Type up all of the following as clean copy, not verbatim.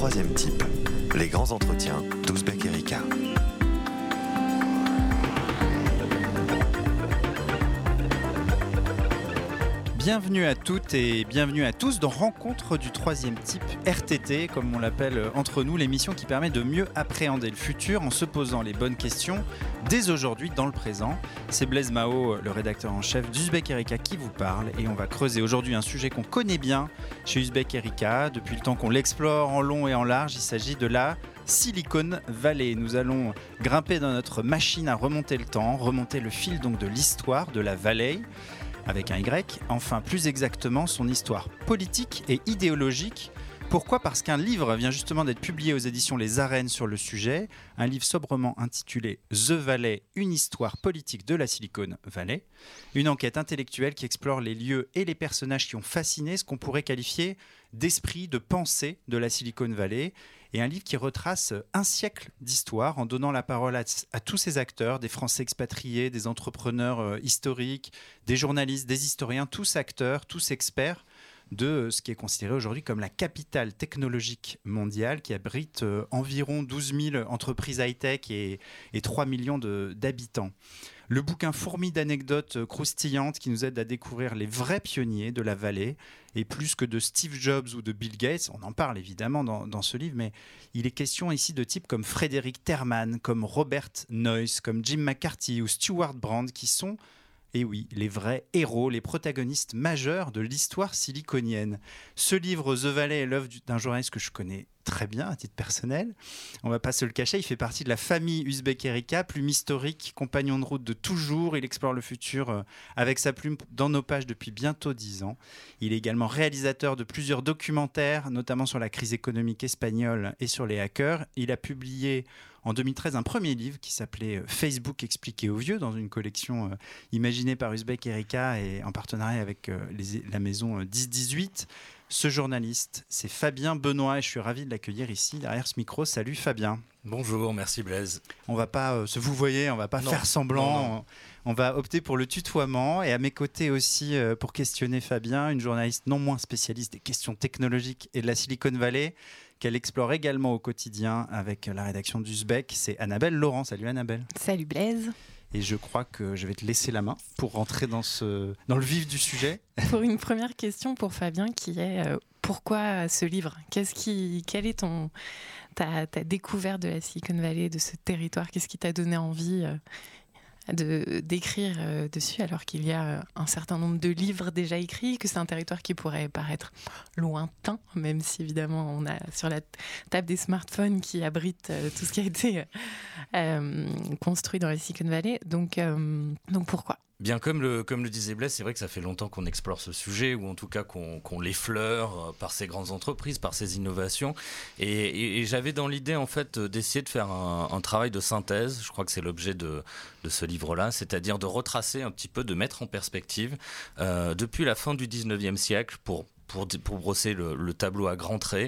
troisième type, les grands entretiens d'Ouzbek Erika. Bienvenue à toutes et bienvenue à tous dans Rencontre du troisième type, RTT, comme on l'appelle entre nous, l'émission qui permet de mieux appréhender le futur en se posant les bonnes questions dès aujourd'hui dans le présent. C'est Blaise Mao, le rédacteur en chef d'Ouzbek Erika qui vous parle et on va creuser aujourd'hui un sujet qu'on connaît bien chez Ouzbek Erika depuis le temps qu'on l'explore en long et en large. Il s'agit de la Silicon Valley. Nous allons grimper dans notre machine à remonter le temps, remonter le fil donc de l'histoire de la Valley avec un Y, enfin plus exactement son histoire politique et idéologique. Pourquoi ? Parce qu'un livre vient justement d'être publié aux éditions Les Arènes sur le sujet, un livre sobrement intitulé The Valley, une histoire politique de la Silicon Valley, une enquête intellectuelle qui explore les lieux et les personnages qui ont fasciné ce qu'on pourrait qualifier d'esprit, de pensée de la Silicon Valley, et un livre qui retrace un siècle d'histoire en donnant la parole à tous ces acteurs, des Français expatriés, des entrepreneurs historiques, des journalistes, des historiens, tous acteurs, tous experts de ce qui est considéré aujourd'hui comme la capitale technologique mondiale qui abrite environ 12 000 entreprises high-tech et 3 millions d'habitants. Le bouquin fourmille d'anecdotes croustillantes qui nous aident à découvrir les vrais pionniers de la vallée et plus que de Steve Jobs ou de Bill Gates, on en parle évidemment dans ce livre, mais il est question ici de types comme Frédéric Terman, comme Robert Noyce, comme Jim McCarthy ou Stewart Brand qui sont, et oui, les vrais héros, les protagonistes majeurs de l'histoire siliconienne. Ce livre, The Valley, est l'œuvre d'un journaliste que je connais très bien à titre personnel. On ne va pas se le cacher, il fait partie de la famille Ouzbek Erika, plume historique, compagnon de route de toujours. Il explore le futur avec sa plume dans nos pages depuis bientôt 10 ans. Il est également réalisateur de plusieurs documentaires, notamment sur la crise économique espagnole et sur les hackers. Il a publié en 2013 un premier livre qui s'appelait Facebook expliqué aux vieux, dans une collection imaginée par Ouzbek Erika et en partenariat avec la maison 1018. Ce journaliste, c'est Fabien Benoît et je suis ravi de l'accueillir ici derrière ce micro. Salut Fabien. Bonjour, merci Blaise. On va pas se vouvoyer, on va pas faire semblant. Non. On va opter pour le tutoiement et à mes côtés aussi pour questionner Fabien, une journaliste non moins spécialiste des questions technologiques et de la Silicon Valley qu'elle explore également au quotidien avec la rédaction d'Ouzbek. C'est Annabelle Laurent. Salut Annabelle. Salut Blaise. Et je crois que je vais te laisser la main pour rentrer dans le vif du sujet. Pour une première question pour Fabien qui est pourquoi ce livre ? Quelle est ta découverte de la Silicon Valley, de ce territoire ? Qu'est-ce qui t'a donné envie d'écrire dessus alors qu'il y a un certain nombre de livres déjà écrits, que c'est un territoire qui pourrait paraître lointain, même si évidemment on a sur la table des smartphones qui abritent tout ce qui a été construit dans la Silicon Valley. Donc pourquoi ? Bien, comme le disait Blaise, c'est vrai que ça fait longtemps qu'on explore ce sujet, ou en tout cas qu'on l'effleure par ces grandes entreprises, par ces innovations. Et j'avais dans l'idée, en fait, d'essayer de faire un travail de synthèse. Je crois que c'est l'objet de ce livre-là, c'est-à-dire de retracer un petit peu, de mettre en perspective, depuis la fin du 19e siècle, pour brosser le tableau à grands traits,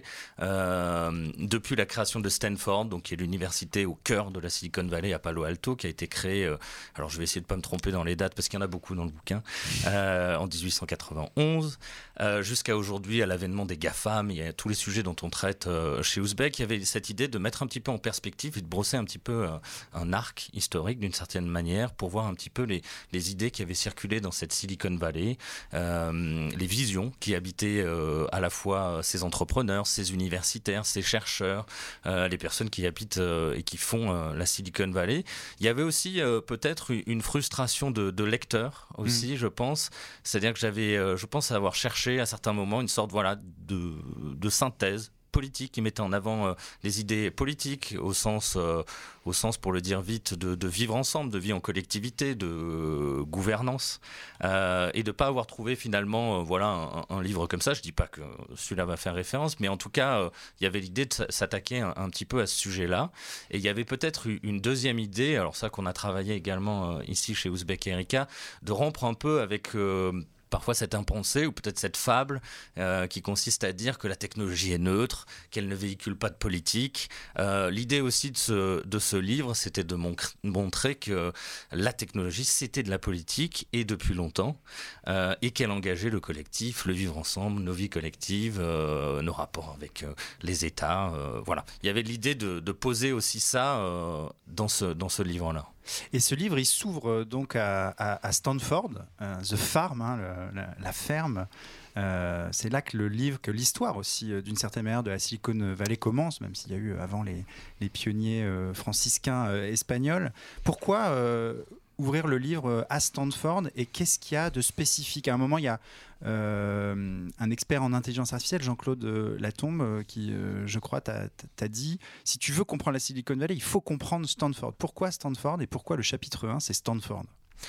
depuis la création de Stanford, donc qui est l'université au cœur de la Silicon Valley à Palo Alto, qui a été créée, alors je vais essayer de ne pas me tromper dans les dates parce qu'il y en a beaucoup dans le bouquin, en 1891, jusqu'à aujourd'hui, à l'avènement des GAFAM, il y a tous les sujets dont on traite chez Ouzbek. Il y avait cette idée de mettre un petit peu en perspective et de brosser un petit peu un arc historique d'une certaine manière pour voir un petit peu les idées qui avaient circulé dans cette Silicon Valley, les visions qui habitaient à la fois ces entrepreneurs, ces universitaires, ces chercheurs, les personnes qui habitent et qui font la Silicon Valley. Il y avait aussi peut-être une frustration de lecteur aussi, je pense. C'est-à-dire que je pense avoir cherché à certains moments une sorte de synthèse politique qui mettait en avant les idées politiques au sens, pour le dire vite, de vivre ensemble, de vie en collectivité, de gouvernance, et de ne pas avoir trouvé finalement un livre comme ça. Je ne dis pas que celui-là va faire référence, mais en tout cas, il y avait l'idée de s'attaquer un petit peu à ce sujet-là. Et il y avait peut-être une deuxième idée, alors ça qu'on a travaillé également ici chez Ouzbek Erika, de rompre un peu avec parfois cette impensée ou peut-être cette fable qui consiste à dire que la technologie est neutre, qu'elle ne véhicule pas de politique. L'idée aussi de ce livre, c'était de montrer que la technologie, c'était de la politique, et depuis longtemps, et qu'elle engageait le collectif, le vivre ensemble, nos vies collectives, nos rapports avec les États. Voilà. Il y avait l'idée de poser aussi ça dans ce livre-là. Et ce livre, il s'ouvre donc à Stanford, The Farm, la ferme. C'est là que l'histoire aussi, d'une certaine manière, de la Silicon Valley commence, même s'il y a eu avant les pionniers franciscains espagnols. Pourquoi ouvrir le livre à Stanford, et qu'est-ce qu'il y a de spécifique? À un moment, il y a un expert en intelligence artificielle, Jean-Claude Latombe, qui, je crois, t'a dit, si tu veux comprendre la Silicon Valley, il faut comprendre Stanford. Pourquoi Stanford, et pourquoi le chapitre 1, c'est Stanford?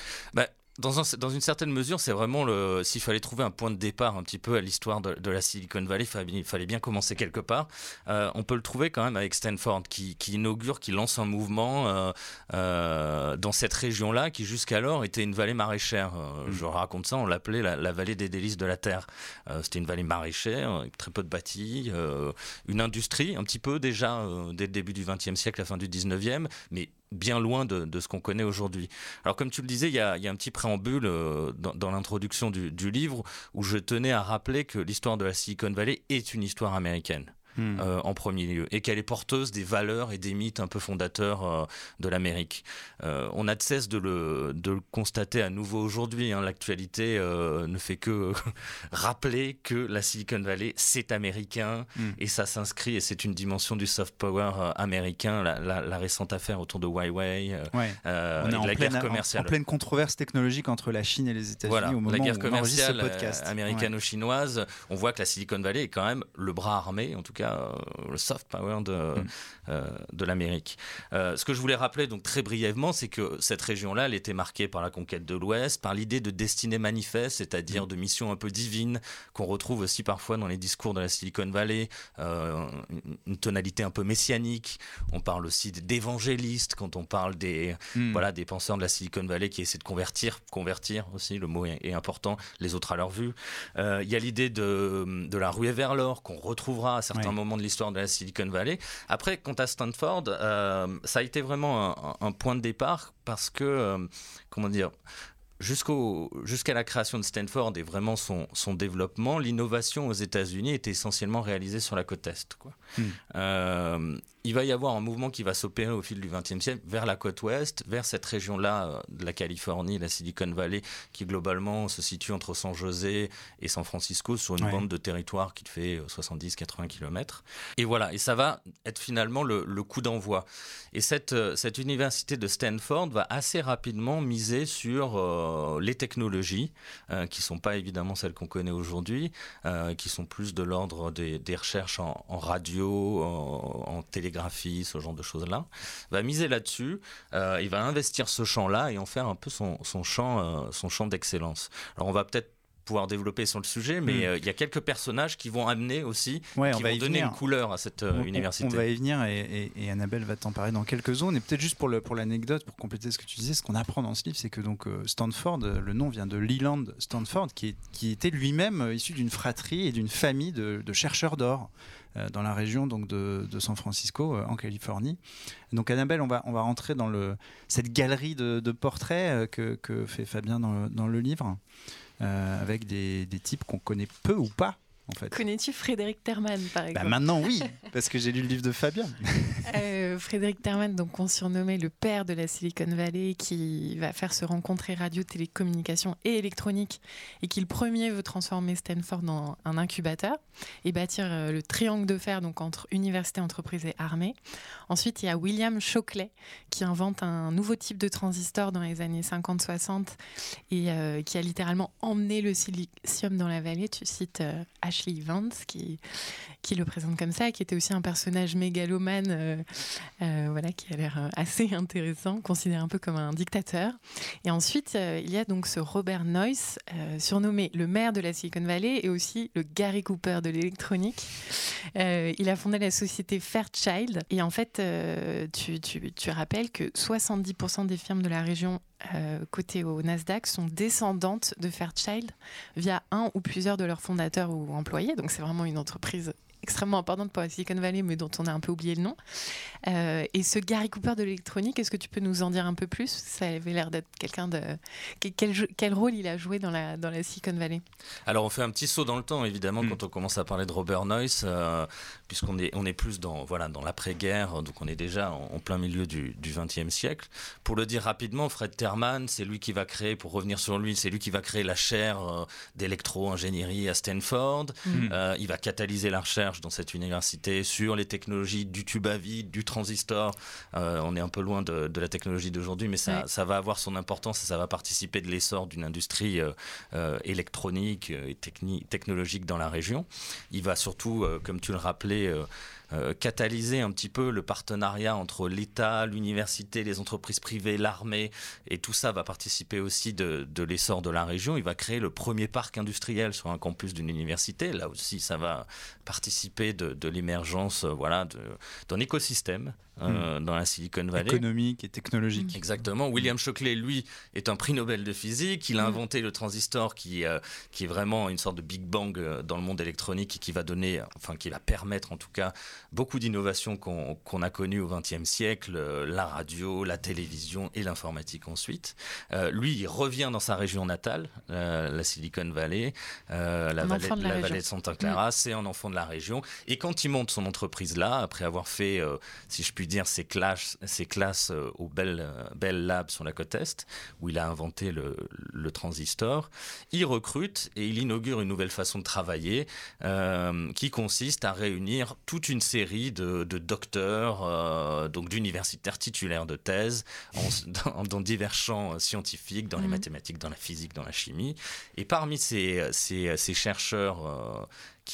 Dans une certaine mesure, c'est vraiment s'il fallait trouver un point de départ un petit peu à l'histoire de la Silicon Valley, il fallait bien commencer quelque part. On peut le trouver quand même avec Stanford, qui inaugure, qui lance un mouvement dans cette région-là, qui jusqu'alors était une vallée maraîchère. Je raconte ça, on l'appelait la vallée des délices de la terre. C'était une vallée maraîchère, avec très peu de bâtis, une industrie, un petit peu déjà dès le début du XXe siècle, la fin du XIXe, mais bien loin de ce qu'on connaît aujourd'hui. Alors comme tu le disais, il y a un petit préambule dans l'introduction du livre, où je tenais à rappeler que l'histoire de la Silicon Valley est une histoire américaine. En premier lieu, et qu'elle est porteuse des valeurs et des mythes un peu fondateurs de l'Amérique. On a de cesse de le constater à nouveau aujourd'hui. L'actualité ne fait que rappeler que la Silicon Valley, c'est américain, et ça s'inscrit, et c'est une dimension du soft power américain. La récente affaire autour de Huawei, On est la guerre commerciale. En pleine controverse technologique entre la Chine et les États-Unis, au moment la guerre où on enregistre ce commerciale podcast. américano-chinoise. On voit que la Silicon Valley est quand même le bras armé, en tout cas le soft power de l'Amérique. Ce que je voulais rappeler donc très brièvement, c'est que cette région-là, elle était marquée par la conquête de l'Ouest, par l'idée de destinée manifeste, c'est-à-dire de mission un peu divine, qu'on retrouve aussi parfois dans les discours de la Silicon Valley, une tonalité un peu messianique. On parle aussi d'évangélistes quand on parle des penseurs de la Silicon Valley qui essaient de convertir aussi, le mot est important, les autres à leur vue. Il y a l'idée de la ruée vers l'or qu'on retrouvera à certains moment de l'histoire de la Silicon Valley. Après, quant à Stanford, ça a été vraiment un point de départ, parce que, jusqu'à la création de Stanford et vraiment son développement, l'innovation aux États-Unis était essentiellement réalisée sur la côte Est. Il va y avoir un mouvement qui va s'opérer au fil du XXe siècle vers la côte ouest, vers cette région-là de la Californie, la Silicon Valley, qui globalement se situe entre San José et San Francisco, sur une bande de territoire qui fait 70-80 km. Et voilà, et ça va être finalement le coup d'envoi. Et cette université de Stanford va assez rapidement miser sur les technologies, qui ne sont pas évidemment celles qu'on connaît aujourd'hui, qui sont plus de l'ordre des recherches en radio, en télégraphie, ce genre de choses-là, va miser là-dessus, il va investir ce champ-là et en faire un peu son champ d'excellence. Alors on va peut-être pouvoir développer sur le sujet, mais il y a quelques personnages qui vont amener aussi, qui vont donner une couleur à cette université. On va y venir, et Annabelle va t'en parler dans quelques secondes. Et peut-être juste pour l'anecdote, pour compléter ce que tu disais, ce qu'on apprend dans ce livre, c'est que donc Stanford, le nom vient de Leland Stanford, qui était lui-même issu d'une fratrie et d'une famille de chercheurs d'or dans la région donc de San Francisco, en Californie. Donc Annabelle, on va rentrer dans cette galerie de portraits que fait Fabien dans le livre, avec des types qu'on connaît peu ou pas. En fait. Connais-tu Frédéric Terman, par exemple? Maintenant, oui, parce que j'ai lu le livre de Fabien. Frédéric Terman, donc qu'on surnommait le père de la Silicon Valley, qui va faire se rencontrer radio, télécommunications et électronique, et qui le premier veut transformer Stanford en un incubateur et bâtir le triangle de fer, donc entre université, entreprise et armée. Ensuite, il y a William Shockley, qui invente un nouveau type de transistor dans les années 50-60 et qui a littéralement emmené le silicium dans la vallée. Tu cites Ashley Vance qui le présente comme ça, qui était aussi un personnage mégalomane voilà, qui a l'air assez intéressant, considéré un peu comme un dictateur. Et ensuite, il y a donc ce Robert Noyce, surnommé le maire de la Silicon Valley et aussi le Gary Cooper de l'électronique. Il a fondé la société Fairchild. Et en fait, tu rappelles que 70% des firmes de la région cotées au Nasdaq sont descendantes de Fairchild via un ou plusieurs de leurs fondateurs ou employés. Donc c'est vraiment une entreprise extrêmement importante pour la Silicon Valley, mais dont on a un peu oublié le nom. Et ce Gary Cooper de l'électronique, est-ce que tu peux nous en dire un peu plus ? Ça avait l'air d'être quelqu'un de... Quel rôle il a joué dans la Silicon Valley ? Alors on fait un petit saut dans le temps, évidemment, quand on commence à parler de Robert Noyce, puisqu'on est plus dans l'après-guerre, donc on est déjà en plein milieu du XXe siècle. Pour le dire rapidement, Fred Terman, c'est lui qui va créer, pour revenir sur lui, c'est lui qui va créer la chaire d'électro-ingénierie à Stanford. Il va catalyser la recherche dans cette université sur les technologies du tube à vide, du transistor. On est un peu loin de la technologie d'aujourd'hui, mais ça va avoir son importance et ça va participer de l'essor d'une industrie électronique et technologique dans la région. Il va surtout, comme tu le rappelais, catalyser un petit peu le partenariat entre l'État, l'université, les entreprises privées, l'armée, et tout ça va participer aussi de l'essor de la région. Il va créer le premier parc industriel sur un campus d'une université. Là aussi, ça va participer de l'émergence d'un écosystème dans la Silicon Valley. Économique et technologique. Exactement. William Shockley, lui, est un prix Nobel de physique. Il a inventé le transistor qui est vraiment une sorte de Big Bang dans le monde électronique et qui va permettre en tout cas beaucoup d'innovations qu'on a connues au XXe siècle, la radio, la télévision et l'informatique ensuite. Lui, il revient dans sa région natale, la Silicon Valley, la vallée de Santa Clara. C'est un enfant de la région. Et quand il monte son entreprise là, après avoir fait, si je puis dire, ses classes au Bell Labs sur la côte Est, où il a inventé le transistor, il recrute et il inaugure une nouvelle façon de travailler qui consiste à réunir toute une série de docteurs, donc d'universitaires titulaires de thèse dans divers champs scientifiques, dans les mathématiques, dans la physique, dans la chimie. Et parmi ces chercheurs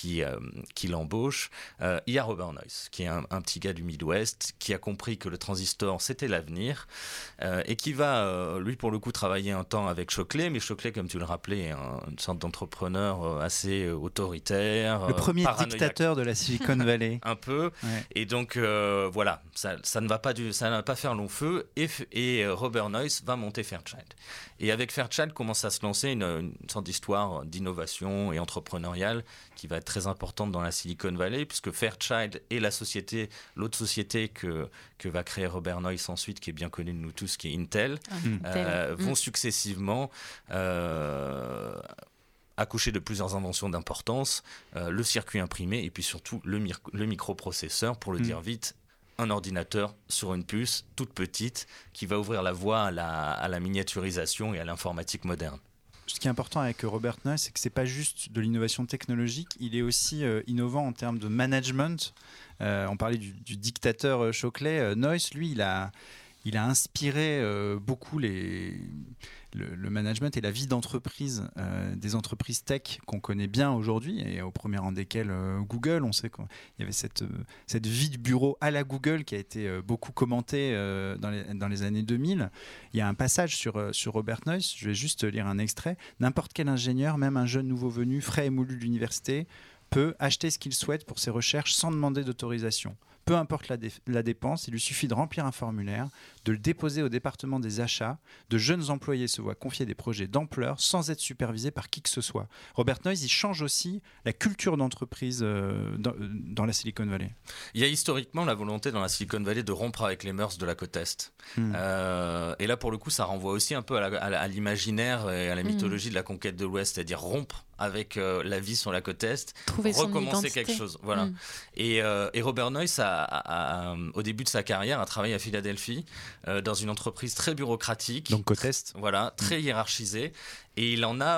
qui l'embauche, il y a Robert Noyce, qui est un petit gars du Midwest, qui a compris que le transistor, c'était l'avenir, et qui va, lui, pour le coup, travailler un temps avec Shockley, mais Shockley, comme tu le rappelais, est une sorte d'entrepreneur assez autoritaire. Le premier dictateur de la Silicon Valley. Un peu. Ouais. Et donc, voilà, ça ne va pas faire long feu, et Robert Noyce va monter Fairchild. Et avec Fairchild, commence à se lancer une sorte d'histoire d'innovation et entrepreneuriale qui va être très importante dans la Silicon Valley, puisque Fairchild et l'autre société que va créer Robert Noyce ensuite, qui est bien connue de nous tous, qui est Intel, vont successivement accoucher de plusieurs inventions d'importance, le circuit imprimé et puis surtout le microprocesseur, pour le dire vite, un ordinateur sur une puce toute petite qui va ouvrir la voie à la miniaturisation et à l'informatique moderne. Ce qui est important avec Robert Noyce, c'est que c'est pas juste de l'innovation technologique, il est aussi innovant en termes de management. On parlait du dictateur Shockley. Noyce, lui, il a inspiré beaucoup le management et la vie d'entreprise, des entreprises tech qu'on connaît bien aujourd'hui, et au premier rang desquelles Google. On sait qu'il y avait cette vie de bureau à la Google qui a été beaucoup commentée dans les années 2000. Il y a un passage sur Robert Noyce, je vais juste lire un extrait. « N'importe quel ingénieur, même un jeune nouveau venu, frais et moulu de l'université, peut acheter ce qu'il souhaite pour ses recherches sans demander d'autorisation. Peu importe la dépense, il lui suffit de remplir un formulaire, de le déposer au département des achats. De jeunes employés se voient confier des projets d'ampleur sans être supervisés par qui que ce soit. » Robert Noyce, il change aussi la culture d'entreprise dans la Silicon Valley. Il y a historiquement la volonté dans la Silicon Valley de rompre avec les mœurs de la côte Est. Et là, pour le coup, ça renvoie aussi un peu à l'imaginaire et à la mythologie de la conquête de l'Ouest, c'est-à-dire rompre avec la vie sur la côte Est, recommencer quelque chose. Voilà. Et Robert Noyce, au début de sa carrière, a travaillé à Philadelphie dans une entreprise très bureaucratique. Donc côte Est. Voilà, très hiérarchisée. Et il en a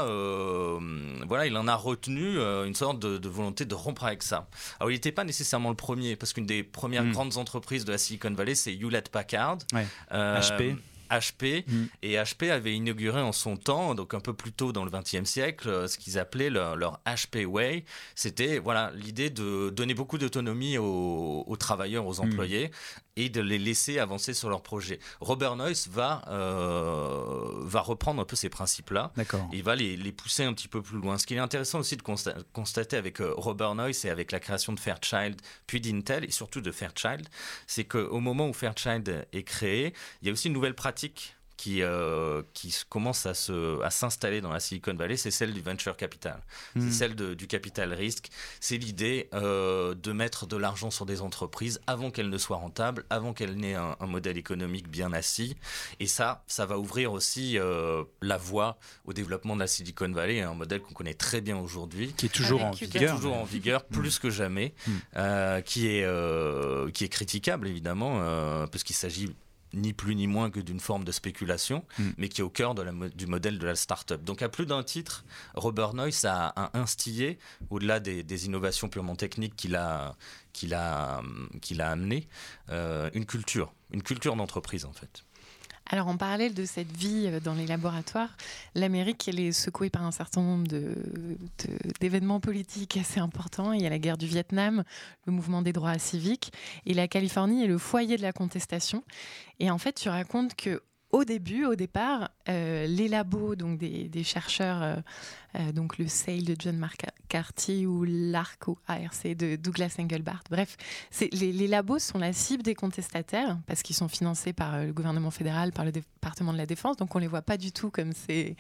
retenu une sorte de volonté de rompre avec ça. Alors, il n'était pas nécessairement le premier, parce qu'une des premières grandes entreprises de la Silicon Valley, c'est Hewlett Packard. HP. HP. Et HP avait inauguré en son temps, donc un peu plus tôt dans le XXe siècle, ce qu'ils appelaient leur HP Way. C'était l'idée de donner beaucoup d'autonomie aux travailleurs, aux employés, et de les laisser avancer sur leurs projets. Robert Noyce va reprendre un peu ces principes-là. D'accord. Il va les pousser un petit peu plus loin. Ce qui est intéressant aussi de constater avec Robert Noyce et avec la création de Fairchild, puis d'Intel, et surtout de Fairchild, c'est qu'au moment où Fairchild est créé, il y a aussi une nouvelle pratique qui commence à s'installer dans la Silicon Valley, c'est celle du venture capital. C'est celle du capital risque. C'est l'idée de mettre de l'argent sur des entreprises avant qu'elles ne soient rentables, avant qu'elles n'aient un modèle économique bien assis. Et ça va ouvrir aussi la voie au développement de la Silicon Valley, un modèle qu'on connaît très bien aujourd'hui. Qui est toujours en vigueur. Qui est toujours en vigueur, plus que jamais, qui est critiquable évidemment, parce qu'il s'agit ni plus ni moins que d'une forme de spéculation, mais qui est au cœur du modèle de la start-up. Donc à plus d'un titre, Robert Noyce a instillé, au-delà des innovations purement techniques qu'il a amenées, une culture d'entreprise en fait. Alors, en parallèle de cette vie dans les laboratoires, l'Amérique elle est secouée par un certain nombre d'événements politiques assez importants. Il y a la guerre du Vietnam, le mouvement des droits civiques, et la Californie est le foyer de la contestation. Et en fait, tu racontes que au départ, les labos donc des chercheurs, donc le SAIL de John McCarthy ou l'ARC ou ARC de Douglas Engelbart, bref, les labos sont la cible des contestataires parce qu'ils sont financés par le gouvernement fédéral, par le département de la Défense, donc on ne les voit pas du tout comme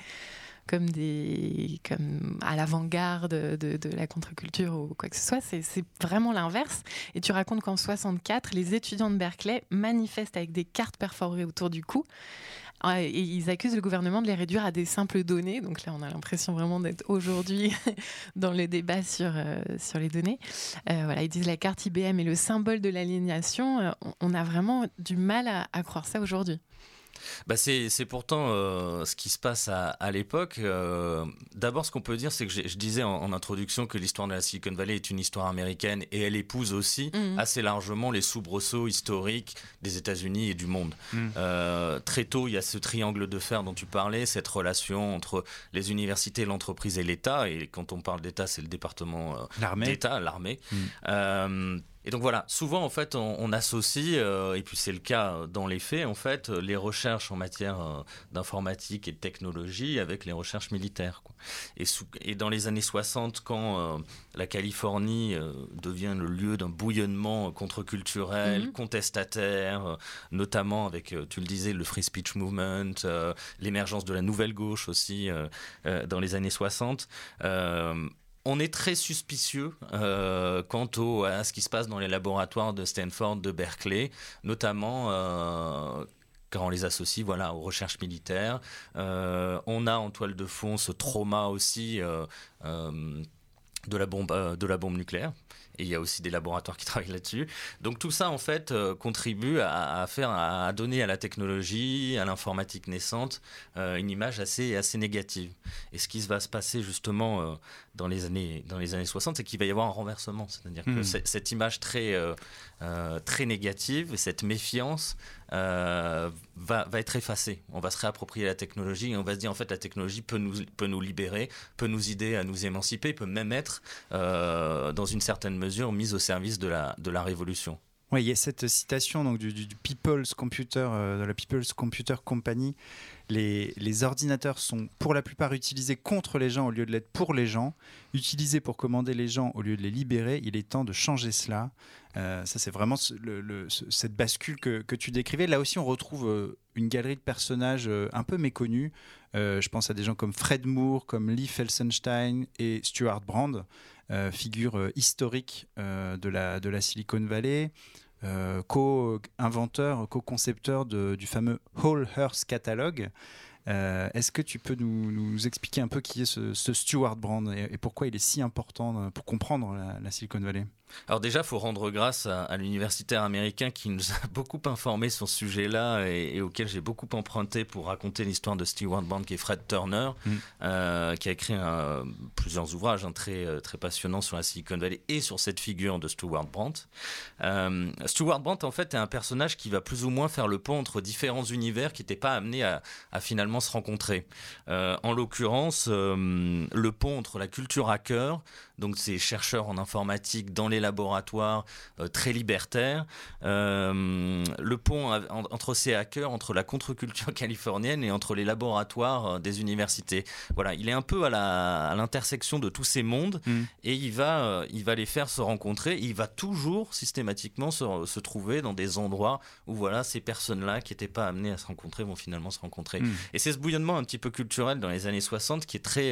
à l'avant-garde de la contre-culture ou quoi que ce soit. C'est vraiment l'inverse. Et tu racontes qu'en 1964, les étudiants de Berkeley manifestent avec des cartes perforées autour du cou et ils accusent le gouvernement de les réduire à des simples données. Donc là, on a l'impression vraiment d'être aujourd'hui dans le débat sur les données. Ils disent la carte IBM est le symbole de l'aliénation. On a vraiment du mal à croire ça aujourd'hui. C'est pourtant ce qui se passe à l'époque. D'abord, ce qu'on peut dire, c'est que je disais en introduction que l'histoire de la Silicon Valley est une histoire américaine et elle épouse aussi assez largement les soubresauts historiques des États-Unis et du monde. Très tôt, il y a ce triangle de fer dont tu parlais, cette relation entre les universités, l'entreprise et l'État. Et quand on parle d'État, c'est le département d'État, l'armée. Et donc voilà, souvent en fait on associe, et puis c'est le cas dans les faits en fait, les recherches en matière d'informatique et de technologie avec les recherches militaires, quoi. Et dans les années 60, quand la Californie devient le lieu d'un bouillonnement contre-culturel, contestataire, notamment avec, tu le disais, le Free Speech Movement, l'émergence de la nouvelle gauche aussi dans les années 60, on est très suspicieux quant à ce qui se passe dans les laboratoires de Stanford, de Berkeley, notamment quand on les associe aux recherches militaires. On a en toile de fond ce trauma aussi de la bombe nucléaire. Et il y a aussi des laboratoires qui travaillent là-dessus. Donc tout ça, en fait, contribue à donner à la technologie, à l'informatique naissante, une image assez négative. Et ce qui va se passer justement dans les années 60, c'est qu'il va y avoir un renversement. C'est-à-dire que cette image très négative, cette méfiance va être effacée. On va se réapproprier la technologie et on va se dire, en fait, la technologie peut nous libérer, peut nous aider à nous émanciper, peut même être, dans une certaine mesure, mise au service de la révolution. Oui, il y a cette citation donc, du People's Computer, de la People's Computer Company. Les ordinateurs sont pour la plupart utilisés contre les gens au lieu de l'être pour les gens, utilisés pour commander les gens au lieu de les libérer. Il est temps de changer cela. Ça, c'est vraiment cette bascule que tu décrivais. Là aussi, on retrouve une galerie de personnages un peu méconnus. Je pense à des gens comme Fred Moore, comme Lee Felsenstein et Stuart Brand, figures historiques de la Silicon Valley. Co-inventeur, co-concepteur du fameux Whole Earth Catalog. Est-ce que tu peux nous expliquer un peu qui est ce Stuart Brand et pourquoi il est si important pour comprendre la Silicon Valley ? Alors déjà, il faut rendre grâce à l'universitaire américain qui nous a beaucoup informé sur ce sujet-là et auquel j'ai beaucoup emprunté pour raconter l'histoire de Stewart Brand, qui est Fred Turner, qui a écrit plusieurs ouvrages très, très passionnants sur la Silicon Valley et sur cette figure de Stewart Brand. Stewart Brand, en fait, est un personnage qui va plus ou moins faire le pont entre différents univers qui n'étaient pas amenés à finalement se rencontrer. En l'occurrence, le pont entre la culture hacker, donc ces chercheurs en informatique dans les laboratoires très libertaires, le pont entre ces hackers, entre la contre-culture californienne et entre les laboratoires des universités. Voilà, il est un peu à l'intersection de tous ces mondes et il va les faire se rencontrer. Il va toujours systématiquement se trouver dans des endroits où voilà, ces personnes-là qui n'étaient pas amenées à se rencontrer vont finalement se rencontrer. Et c'est ce bouillonnement un petit peu culturel dans les années 60 qui est très,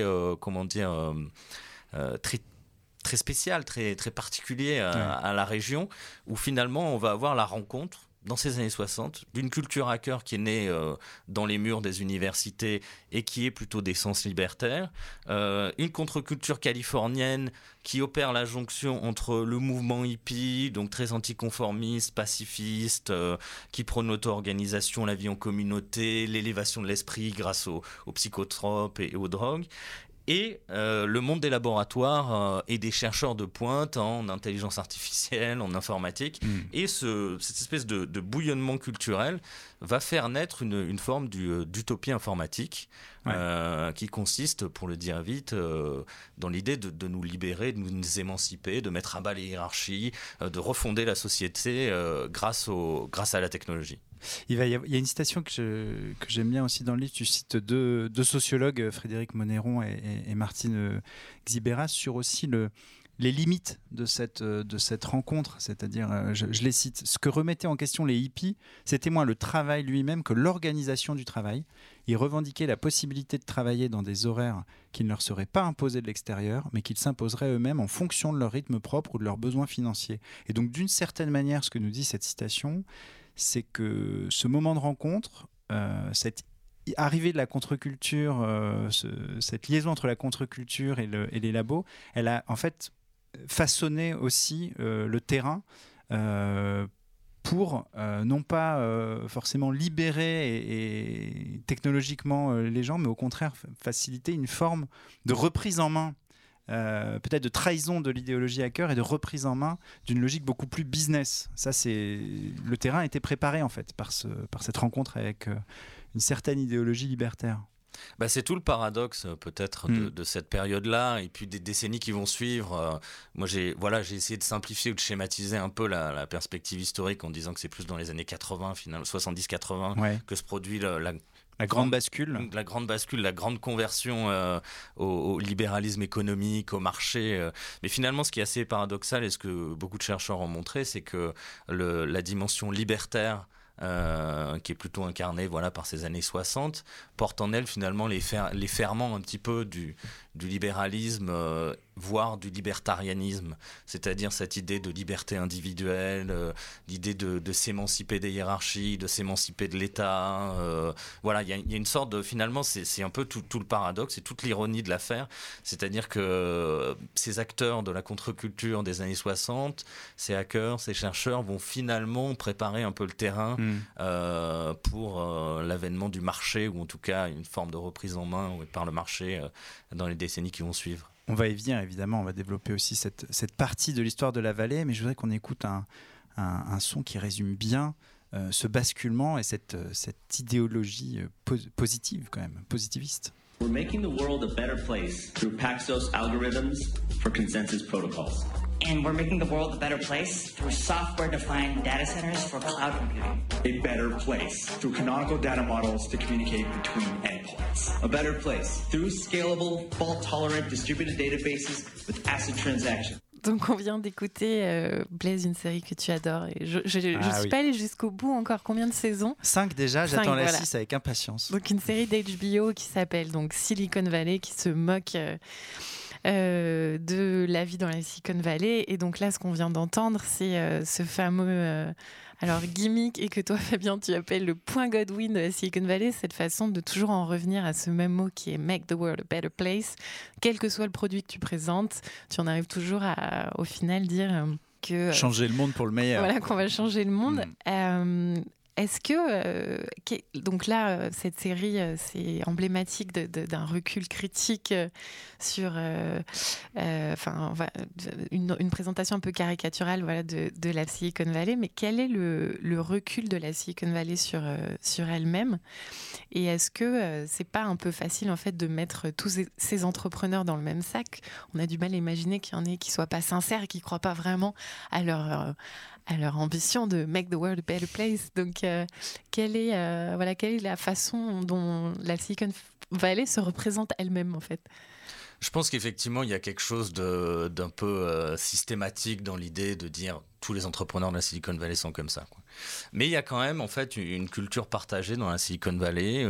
très spécial, très, très particulier à la région, où finalement on va avoir la rencontre dans ces années 60 d'une culture hacker qui est née dans les murs des universités et qui est plutôt d'essence libertaire, une contre-culture californienne qui opère la jonction entre le mouvement hippie, donc très anticonformiste, pacifiste, qui prône l'auto-organisation, la vie en communauté, l'élévation de l'esprit grâce aux psychotropes et aux drogues, et le monde des laboratoires et des chercheurs de pointe en intelligence artificielle, en informatique. Et cette espèce de bouillonnement culturel va faire naître une forme d'utopie informatique qui consiste, pour le dire vite, dans l'idée de nous libérer, de nous émanciper, de mettre à bas les hiérarchies, de refonder la société grâce à la technologie. Il y a une citation que j'aime bien aussi dans le livre. Tu cites deux sociologues, Frédéric Monneron et Martine Xiberas, sur aussi les limites de cette rencontre. C'est-à-dire, je les cite, ce que remettaient en question les hippies, c'était moins le travail lui-même que l'organisation du travail. Ils revendiquaient la possibilité de travailler dans des horaires qui ne leur seraient pas imposés de l'extérieur, mais qu'ils s'imposeraient eux-mêmes en fonction de leur rythme propre ou de leurs besoins financiers. Et donc, d'une certaine manière, ce que nous dit cette citation, c'est que ce moment de rencontre, cette arrivée de la contre-culture, cette liaison entre la contre-culture et les labos, elle a en fait façonné aussi le terrain pour non pas forcément libérer et technologiquement les gens, mais au contraire faciliter une forme de reprise en main, peut-être de trahison de l'idéologie hacker et de reprise en main d'une logique beaucoup plus business. Ça, le terrain a été préparé en fait par cette rencontre avec une certaine idéologie libertaire. C'est tout le paradoxe peut-être de cette période-là et puis des décennies qui vont suivre. Moi, j'ai essayé de simplifier ou de schématiser un peu la perspective historique en disant que c'est plus dans les années 80, 70-80, que se produit la grande bascule. La grande bascule, la grande conversion au libéralisme économique, au marché. Mais finalement, ce qui est assez paradoxal et ce que beaucoup de chercheurs ont montré, c'est que la dimension libertaire, qui est plutôt incarnée par ces années 60, porte en elle finalement les ferments un petit peu du libéralisme, voire du libertarianisme, c'est-à-dire cette idée de liberté individuelle, l'idée de s'émanciper des hiérarchies, de s'émanciper de l'État. Il y a une sorte de... Finalement, c'est un peu tout le paradoxe et toute l'ironie de l'affaire, c'est-à-dire que ces acteurs de la contre-culture des années 60, ces hackers, ces chercheurs vont finalement préparer un peu le terrain pour l'avènement du marché, ou en tout cas une forme de reprise en main par le marché dans les décennies qui vont suivre. On va y venir, évidemment, on va développer aussi cette partie de l'histoire de la vallée, mais je voudrais qu'on écoute un son qui résume bien ce basculement et cette idéologie positive, quand même, positiviste. We're making the world a better place through Paxos algorithms for consensus protocols. And we're making the world a better place through software-defined data centers for cloud computing. A better place through canonical data models to communicate between endpoints. A better place through scalable, fault-tolerant distributed databases with ACID transactions. Donc on vient d'écouter Blaise, une série que tu adores. Et je suis pas allée jusqu'au bout encore. Combien de saisons ? 5 déjà, j'attends la 6 avec impatience. Donc une série d'HBO qui s'appelle donc Silicon Valley, qui se moque de la vie dans la Silicon Valley. Et donc là, ce qu'on vient d'entendre, c'est ce fameux gimmick, et que toi, Fabien, tu appelles le point Godwin de la Silicon Valley, cette façon de toujours en revenir à ce même mot qui est « make the world a better place ». Quel que soit le produit que tu présentes, tu en arrives toujours à, au final, dire que... changer le monde pour le meilleur. Voilà, qu'on va changer le monde. Est-ce que, donc là, cette série, c'est emblématique d'un recul critique sur une présentation un peu caricaturale, voilà, de la Silicon Valley, mais quel est le recul de la Silicon Valley sur elle-même? Et est-ce que c'est pas un peu facile en fait de mettre tous ces entrepreneurs dans le même sac? On a du mal à imaginer qu'il y en ait qui soient pas sincères et qui croient pas vraiment à leur ambition de make the world a better place. Donc, quelle est la façon dont la Silicon Valley se représente elle-même, en fait? Je pense qu'effectivement, il y a quelque chose d'un peu systématique dans l'idée de dire tous les entrepreneurs de la Silicon Valley sont comme ça, quoi. Mais il y a quand même en fait une culture partagée dans la Silicon Valley.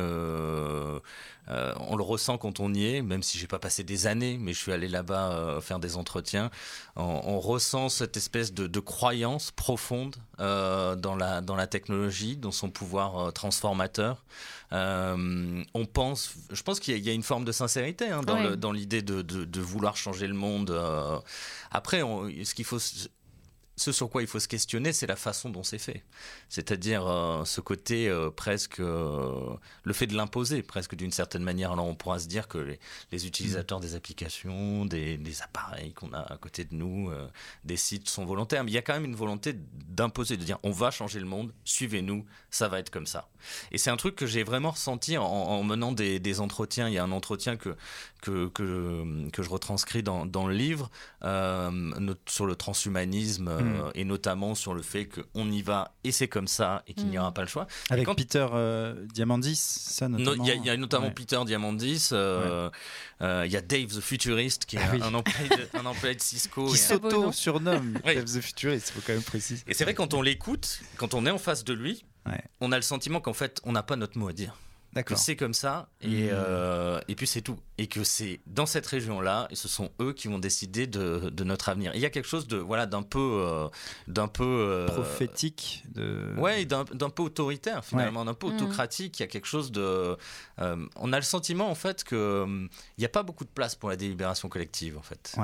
On le ressent quand on y est, même si j'ai pas passé des années, mais je suis allé là-bas faire des entretiens. On ressent cette espèce de croyance profonde dans la technologie, dans son pouvoir transformateur. Je pense qu'il y a une forme de sincérité dans l'idée de vouloir changer le monde. Après, ce sur quoi il faut se questionner, c'est la façon dont c'est fait. C'est-à-dire ce côté presque... le fait de l'imposer, presque d'une certaine manière. Alors on pourra se dire que les utilisateurs des applications, des appareils qu'on a à côté de nous, des sites sont volontaires. Mais il y a quand même une volonté d'imposer, de dire on va changer le monde, suivez-nous, ça va être comme ça. Et c'est un truc que j'ai vraiment ressenti en menant des entretiens. Il y a un entretien que je retranscris dans le livre sur le transhumanisme et notamment sur le fait qu'on y va et c'est comme ça et qu'il n'y aura pas le choix. Avec Peter Diamandis, ça notamment. Il y a notamment Peter Diamandis, il y a Dave the Futurist qui est un employé de Cisco. Qui s'auto-surnomme Dave the Futurist, il faut quand même préciser. Et c'est vrai, quand on l'écoute, quand on est en face de lui, on a le sentiment qu'en fait, on n'a pas notre mot à dire. D'accord. Que c'est comme ça et puis c'est tout, et que c'est dans cette région-là et ce sont eux qui vont décider de notre avenir. Il y a quelque chose d'un peu prophétique, d'un peu autoritaire finalement, d'un peu autocratique. Il y a quelque chose de on a le sentiment en fait que il n'y a pas beaucoup de place pour la délibération collective en fait.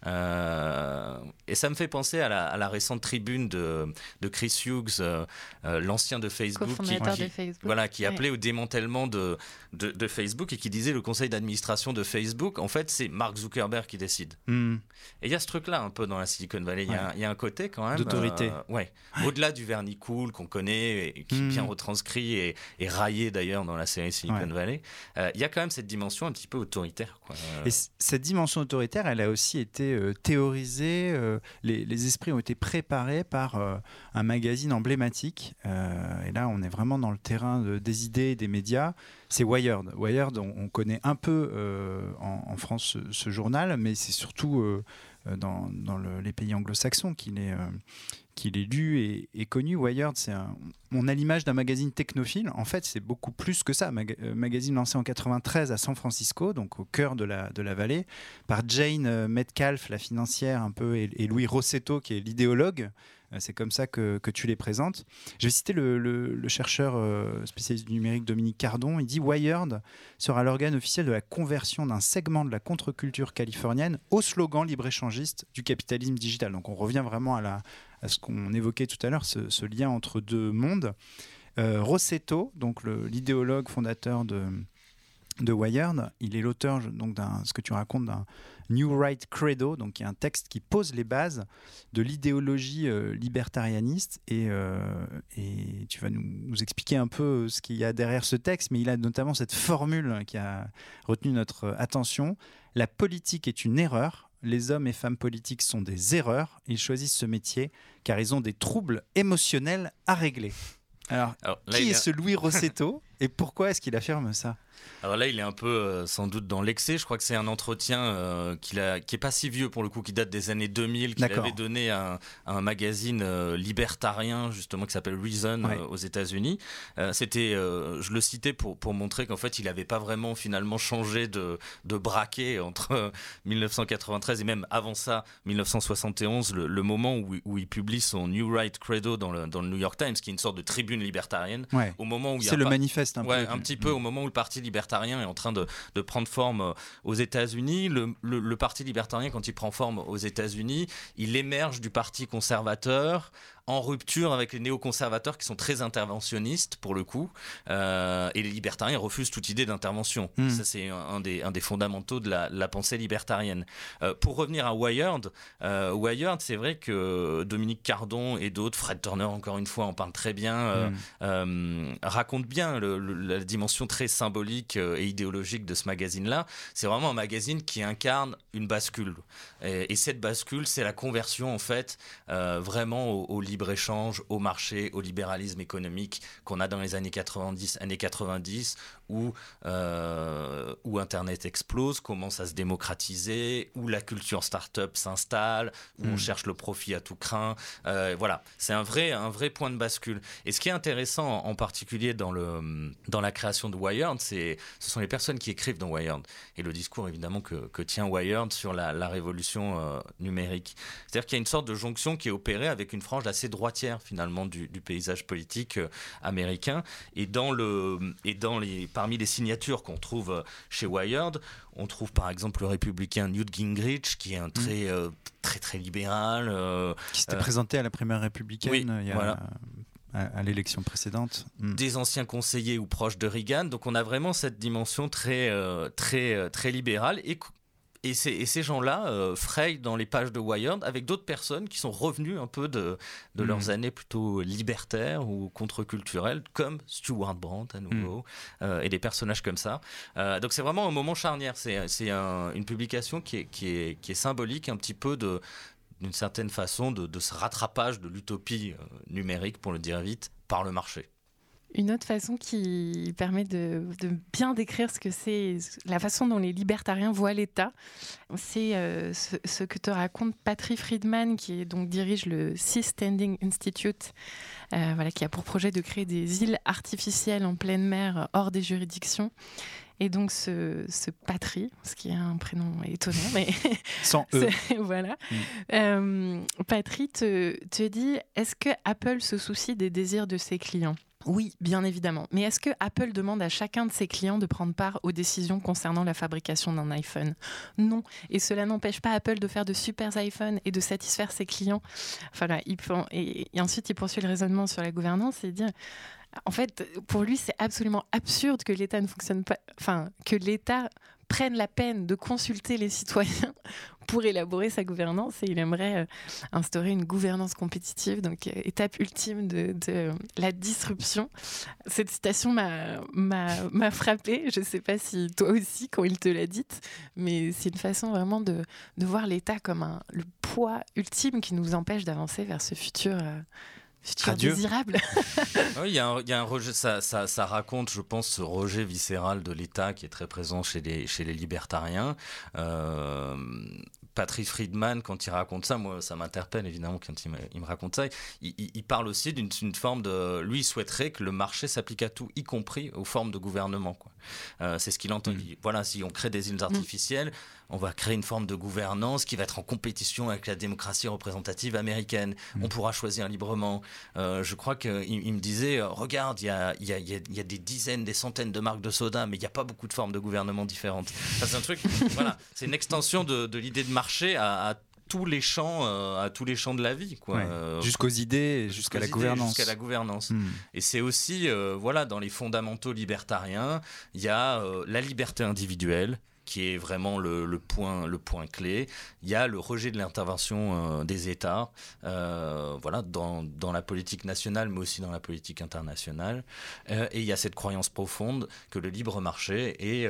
Et ça me fait penser à la récente tribune de Chris Hughes, l'ancien de Facebook, qui appelait au démantèlement de Facebook et qui disait le conseil d'administration de Facebook, en fait, c'est Mark Zuckerberg qui décide. Et il y a ce truc-là un peu dans la Silicon Valley. Il y a un côté quand même d'autorité. Au-delà du vernis cool qu'on connaît et qui est bien retranscrit et raillé d'ailleurs dans la série Silicon Valley, il y a quand même cette dimension un petit peu autoritaire, quoi. Et cette dimension autoritaire, elle a aussi été théorisée. Les esprits ont été préparés par un magazine emblématique. Et là, on est vraiment dans le terrain des idées et des médias. C'est Wired. Wired, on connaît un peu en France ce journal, mais c'est surtout dans les pays anglo-saxons qu'il est lu et connu. Wired, on a l'image d'un magazine technophile. En fait, c'est beaucoup plus que ça. Magazine lancé en 93 à San Francisco, donc au cœur de la vallée, par Jane Metcalfe, la financière un peu, et Louis Rossetto, qui est l'idéologue. C'est comme ça que tu les présentes. Je vais citer le chercheur spécialiste du numérique Dominique Cardon. Il dit « Wired sera l'organe officiel de la conversion d'un segment de la contre-culture californienne au slogan libre-échangiste du capitalisme digital ». Donc on revient vraiment à ce qu'on évoquait tout à l'heure, ce lien entre deux mondes. Rossetto, donc l'idéologue fondateur de Wired, il est l'auteur donc ce que tu racontes d'un New Right Credo, donc qui est un texte qui pose les bases de l'idéologie libertarianiste et tu vas nous expliquer un peu ce qu'il y a derrière ce texte, mais il a notamment cette formule qui a retenu notre attention: la politique est une erreur, les hommes et femmes politiques sont des erreurs, ils choisissent ce métier car ils ont des troubles émotionnels à régler. Alors qui est ce Louis Rossetto et pourquoi est-ce qu'il affirme ça ? Alors là, il est un peu sans doute dans l'excès. Je crois que c'est un entretien qui est pas si vieux pour le coup, qui date des années 2000, qu'il avait donné à un magazine libertarien justement qui s'appelle Reason aux États-Unis. Je le citais pour montrer qu'en fait, il n'avait pas vraiment finalement changé de braquet entre 1993 et même avant ça, 1971, le moment où il publie son New Right Credo dans le New York Times, qui est une sorte de tribune libertarienne. Au moment où c'est le manifeste un peu. Un petit peu au moment où le Parti libertarien est en train de prendre forme aux États-Unis. Le Parti libertarien, quand il prend forme aux États-Unis, il émerge du Parti conservateur en rupture avec les néoconservateurs qui sont très interventionnistes pour le coup, et les libertariens refusent toute idée d'intervention. Ça, c'est un des fondamentaux de la pensée libertarienne. Pour revenir à Wired, c'est vrai que Dominique Cardon et d'autres, Fred Turner encore une fois en parle très bien, racontent bien la dimension très symbolique et idéologique de ce magazine-là. C'est vraiment un magazine qui incarne une bascule, et cette bascule, c'est la conversion en fait vraiment au libre-échange, au marché, au libéralisme économique qu'on a dans les années 90, où Internet explose, commence à se démocratiser, où la culture start-up s'installe, où on cherche le profit à tout crin. Voilà, c'est un vrai point de bascule. Et ce qui est intéressant en particulier dans la création de Wired, ce sont les personnes qui écrivent dans Wired et le discours évidemment que tient Wired sur la révolution numérique. C'est-à-dire qu'il y a une sorte de jonction qui est opérée avec une frange assez droitière finalement du paysage politique américain. Et parmi les signatures qu'on trouve chez Wired, on trouve par exemple le républicain Newt Gingrich, qui est un très libéral. Qui s'était présenté à la primaire républicaine à l'élection précédente. Des anciens conseillers ou proches de Reagan. Donc on a vraiment cette dimension très libérale. Et ces gens-là frayent dans les pages de Wired avec d'autres personnes qui sont revenues un peu de leurs années plutôt libertaires ou contre-culturelles, comme Stewart Brand à nouveau, et des personnages comme ça. Donc c'est vraiment un moment charnière. C'est une publication qui est symbolique un petit peu d'une certaine façon de ce rattrapage de l'utopie numérique, pour le dire vite, par le marché. Une autre façon qui permet de bien décrire ce que c'est, la façon dont les libertariens voient l'État, c'est ce que te raconte Patty Friedman, qui dirige le Sea Standing Institute, qui a pour projet de créer des îles artificielles en pleine mer hors des juridictions. Et donc ce Patry, ce qui est un prénom étonnant, mais sans E. Voilà. Patry te dit, est-ce que Apple se soucie des désirs de ses clients ? Oui, bien évidemment. Mais est-ce que Apple demande à chacun de ses clients de prendre part aux décisions concernant la fabrication d'un iPhone ? Non. Et cela n'empêche pas Apple de faire de super iPhones et de satisfaire ses clients. Voilà, et ensuite, il poursuit le raisonnement sur la gouvernance et dit... En fait, pour lui, c'est absolument absurde que l'État ne fonctionne pas, que l'État prenne la peine de consulter les citoyens pour élaborer sa gouvernance, et il aimerait instaurer une gouvernance compétitive, donc étape ultime de la disruption. Cette citation m'a frappée. Je ne sais pas si toi aussi, quand il te l'a dite, mais c'est une façon vraiment de voir l'État comme le poids ultime qui nous empêche d'avancer vers ce futur désirable. Oui, il y a un rejet, ça raconte, je pense, ce rejet viscéral de l'État qui est très présent chez les libertariens. Patty Friedman, quand il raconte ça, moi, ça m'interpelle évidemment quand il me raconte ça. Il parle aussi d'une forme de... Lui, il souhaiterait que le marché s'applique à tout, y compris aux formes de gouvernement, quoi. C'est ce qu'il entend. Voilà, si on crée des îles artificielles, on va créer une forme de gouvernance qui va être en compétition avec la démocratie représentative américaine. On pourra choisir librement. Je crois qu'il me disait, regarde, il y a des dizaines, des centaines de marques de soda, mais il n'y a pas beaucoup de formes de gouvernement différentes. Enfin, c'est un truc, voilà, c'est une extension de l'idée de marché à tous les champs de la vie, quoi. Jusqu'aux idées, jusqu'à la gouvernance. Et c'est aussi, dans les fondamentaux libertariens, il y a la liberté individuelle, qui est vraiment le point clé. Il y a le rejet de l'intervention des États, dans la politique nationale, mais aussi dans la politique internationale. Et il y a cette croyance profonde que le libre marché est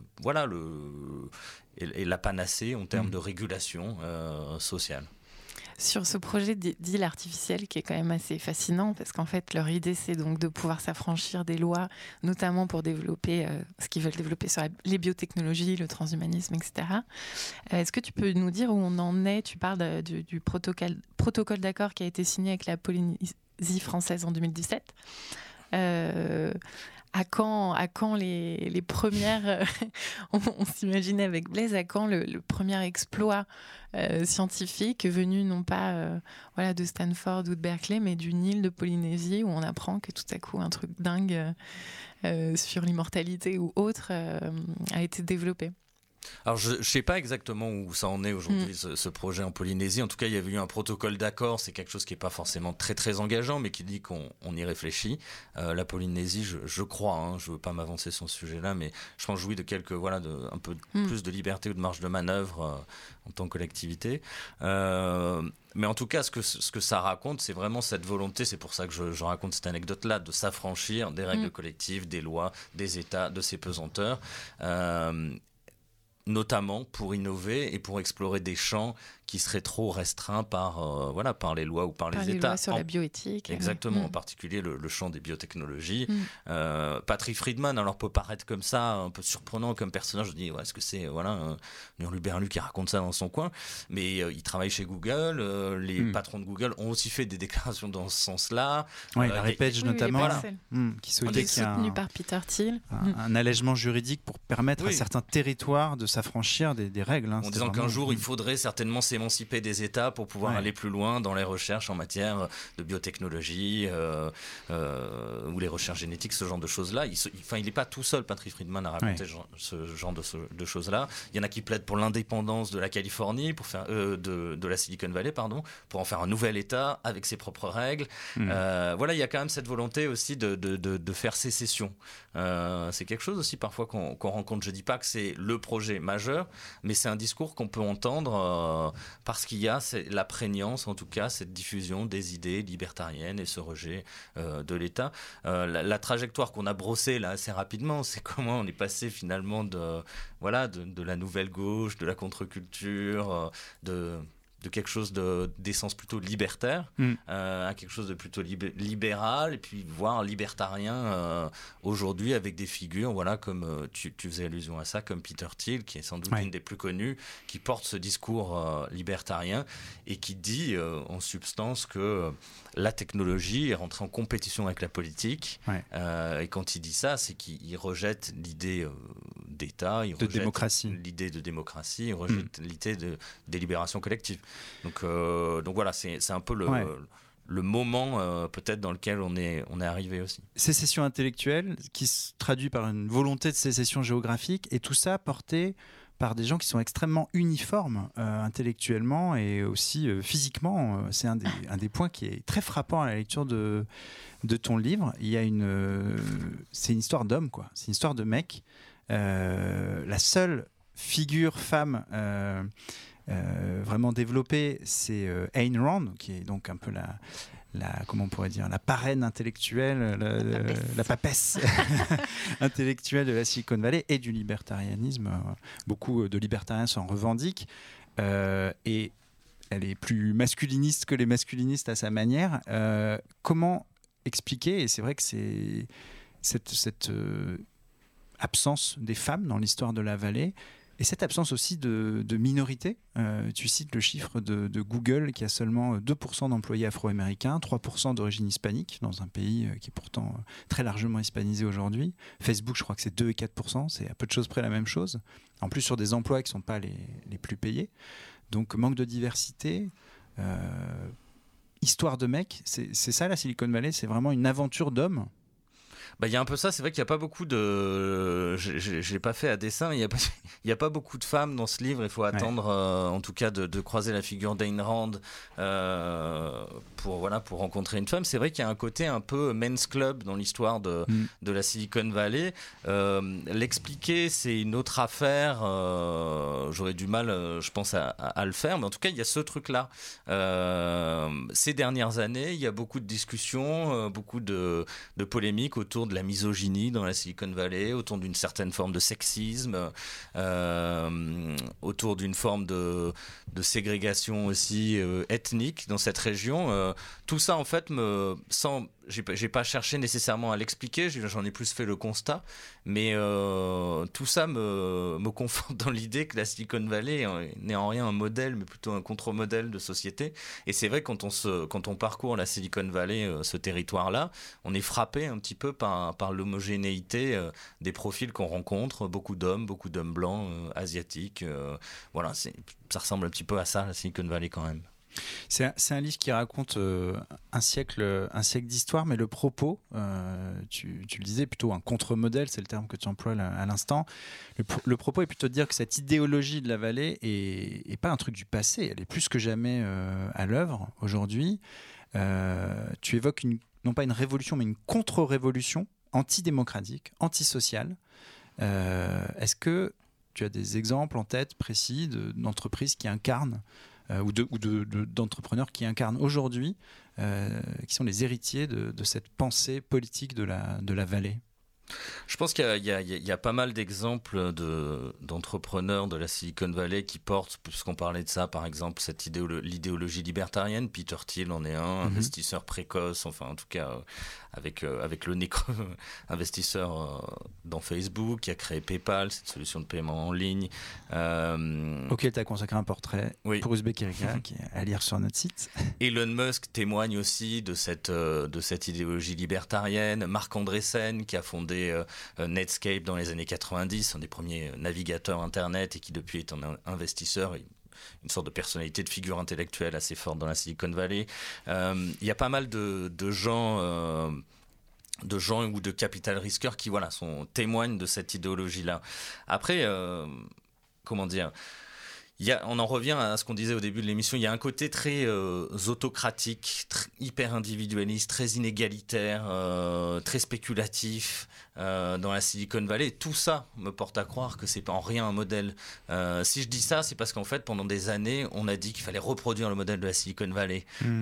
la panacée en termes de régulation sociale. sur ce projet d'île artificielle qui est quand même assez fascinant parce qu'en fait leur idée c'est donc de pouvoir s'affranchir des lois, notamment pour développer ce qu'ils veulent développer sur les biotechnologies, le transhumanisme, etc. Est-ce que tu peux nous dire où on en est? Tu parles du protocole d'accord qui a été signé avec la Polynésie française en 2017. À quand les premières on s'imaginait avec Blaise, à quand le premier exploit scientifique venu non pas de Stanford ou de Berkeley, mais d'une île de Polynésie où on apprend que tout à coup un truc dingue sur l'immortalité ou autre a été développé. Alors je ne sais pas exactement où ça en est aujourd'hui, ce projet en Polynésie. En tout cas, il y avait eu un protocole d'accord. C'est quelque chose qui n'est pas forcément très très engageant, mais qui dit qu'on y réfléchit. La Polynésie, je crois, je ne veux pas m'avancer sur ce sujet-là, mais je pense jouir de quelques un peu plus de liberté ou de marge de manœuvre en tant que collectivité. Mais en tout cas, ce que ça raconte, c'est vraiment cette volonté, c'est pour ça que je raconte cette anecdote-là, de s'affranchir des règles collectives, des lois, des États, de ces pesanteurs. Notamment pour innover et pour explorer des champs qui seraient trop restreints par les lois ou par les États. Lois sur la bioéthique. Exactement, en particulier le champ des biotechnologies. Patrick Friedman, alors peut paraître comme ça, un peu surprenant comme personnage. Je dis, est-ce que c'est un hurluberlu qui raconte ça dans son coin? Mais il travaille chez Google. Les patrons de Google ont aussi fait des déclarations dans ce sens-là. Larry Page notamment, qui souhaitait qu'il y ait soutenu par Peter Thiel. Un allègement juridique pour permettre à certains territoires de s'affranchir des règles. En disant qu'un jour, il faudrait certainement s'émanciper des États pour pouvoir aller plus loin dans les recherches en matière de biotechnologie ou les recherches génétiques, ce genre de choses-là. Il n'est pas tout seul, Patrick Friedman, à raconter ce genre de choses-là. Il y en a qui plaident pour l'indépendance de la Californie, pour faire, de la Silicon Valley, pour en faire un nouvel État avec ses propres règles. Il y a quand même cette volonté aussi de faire sécession. C'est quelque chose aussi parfois qu'on rencontre. Je ne dis pas que c'est le projet majeur, mais c'est un discours qu'on peut entendre parce qu'il y a la prégnance, en tout cas, cette diffusion des idées libertariennes et ce rejet de l'État. La trajectoire qu'on a brossée là assez rapidement, c'est comment on est passé finalement de la nouvelle gauche, de la contre-culture, de quelque chose d'essence plutôt libertaire à quelque chose de plutôt libéral et puis voire libertarien aujourd'hui avec des figures comme tu faisais allusion à ça, comme Peter Thiel, qui est sans doute une des plus connues, qui porte ce discours libertarien et qui dit en substance que la technologie est rentrée en compétition avec la politique et quand il dit ça, c'est qu'il rejette l'idée d'État, il rejette l'idée de démocratie, il rejette l'idée de délibération collective. Donc voilà, c'est un peu le moment peut-être dans lequel on est arrivé aussi. Sécession intellectuelle qui se traduit par une volonté de sécession géographique, et tout ça porté par des gens qui sont extrêmement uniformes intellectuellement et aussi physiquement. C'est un des points qui est très frappant à la lecture de ton livre. Il y a c'est une histoire d'homme, quoi. C'est une histoire de mec. La seule figure femme vraiment développée, c'est Ayn Rand, qui est donc un peu comment on pourrait dire, la parraine intellectuelle, la papesse intellectuelle de la Silicon Valley et du libertarianisme. Beaucoup de libertariens s'en revendiquent et elle est plus masculiniste que les masculinistes à sa manière. Comment expliquer, et c'est vrai que c'est cette absence des femmes dans l'histoire de la vallée, et cette absence aussi de minorités. Tu cites le chiffre de Google qui a seulement 2% d'employés afro-américains, 3% d'origine hispanique, dans un pays qui est pourtant très largement hispanisé aujourd'hui. Facebook, je crois que c'est 2 et 4%, c'est à peu de choses près la même chose. En plus sur des emplois qui ne sont pas les plus payés. Donc manque de diversité, histoire de mec, c'est ça la Silicon Valley, c'est vraiment une aventure d'hommes. Il y a un peu ça, c'est vrai qu'il n'y a pas beaucoup de... Je ne l'ai pas fait à dessein, il n'y a pas beaucoup de femmes dans ce livre. Il faut attendre, en tout cas, de croiser la figure d'Ayn Rand pour rencontrer une femme. C'est vrai qu'il y a un côté un peu men's club dans l'histoire de la Silicon Valley. L'expliquer, c'est une autre affaire. J'aurais du mal, je pense, à le faire. Mais en tout cas, il y a ce truc-là. Ces dernières années, il y a beaucoup de discussions, beaucoup de polémiques autour de la misogynie dans la Silicon Valley, autour d'une certaine forme de sexisme, autour d'une forme de ségrégation aussi ethnique dans cette région. Tout ça, en fait, j'ai pas cherché nécessairement à l'expliquer, j'en ai plus fait le constat, mais tout ça me conforte dans l'idée que la Silicon Valley n'est en rien un modèle, mais plutôt un contre-modèle de société. Et c'est vrai, quand on parcourt la Silicon Valley, ce territoire-là, on est frappé un petit peu par l'homogénéité des profils qu'on rencontre, beaucoup d'hommes blancs, asiatiques. Voilà, ça ressemble un petit peu à ça, la Silicon Valley, quand même. C'est un livre qui raconte un siècle d'histoire, mais le propos, tu le disais, plutôt un contre-modèle, c'est le terme que tu emploies à l'instant. Le propos est plutôt de dire que cette idéologie de la vallée est pas un truc du passé, elle est plus que jamais à l'œuvre aujourd'hui. Tu évoques non pas une révolution, mais une contre-révolution antidémocratique, antisociale. Est-ce que tu as des exemples en tête précis d'entreprises qui incarnent ou d'entrepreneurs qui incarnent aujourd'hui, qui sont les héritiers de cette pensée politique de la vallée? Je pense qu'il y a pas mal d'exemples d'entrepreneurs de la Silicon Valley qui portent, puisqu'on parlait de ça, par exemple, l'idéologie libertarienne. Peter Thiel en est un, investisseur précoce, enfin en tout cas avec le nez creux, investisseur dans Facebook, qui a créé PayPal, cette solution de paiement en ligne. Auquel tu as consacré un portrait pour Uzbek Erika, qui est à lire sur notre site. Elon Musk témoigne aussi de cette idéologie libertarienne. Marc Andreessen, qui a fondé Netscape dans les années 90, un des premiers navigateurs Internet, et qui depuis est un investisseur, une sorte de personnalité, de figure intellectuelle assez forte dans la Silicon Valley. Il y a pas mal de gens ou de capital risqueurs qui témoignent de cette idéologie-là. Après, comment dire, on en revient à ce qu'on disait au début de l'émission, il y a un côté très autocratique, hyper individualiste, très inégalitaire, très spéculatif dans la Silicon Valley. Tout ça me porte à croire que c'est en rien un modèle. Si je dis ça, c'est parce qu'en fait, pendant des années, on a dit qu'il fallait reproduire le modèle de la Silicon Valley.